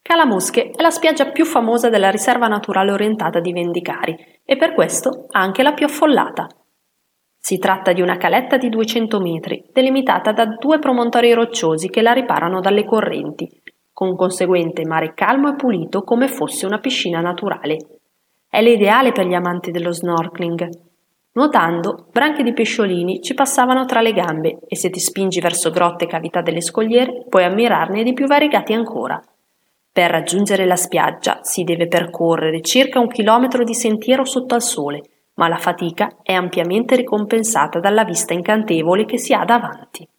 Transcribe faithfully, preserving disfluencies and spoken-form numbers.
Cala Mosche è la spiaggia più famosa della riserva naturale orientata di Vendicari e per questo anche la più affollata. Si tratta di una caletta di duecento metri, delimitata da due promontori rocciosi che la riparano dalle correnti, con conseguente mare calmo e pulito come fosse una piscina naturale. È l'ideale per gli amanti dello snorkeling. Nuotando, branche di pesciolini ci passavano tra le gambe e se ti spingi verso grotte e cavità delle scogliere puoi ammirarne di più variegati ancora. Per raggiungere la spiaggia si deve percorrere circa un chilometro di sentiero sotto al sole, ma la fatica è ampiamente ricompensata dalla vista incantevole che si ha davanti.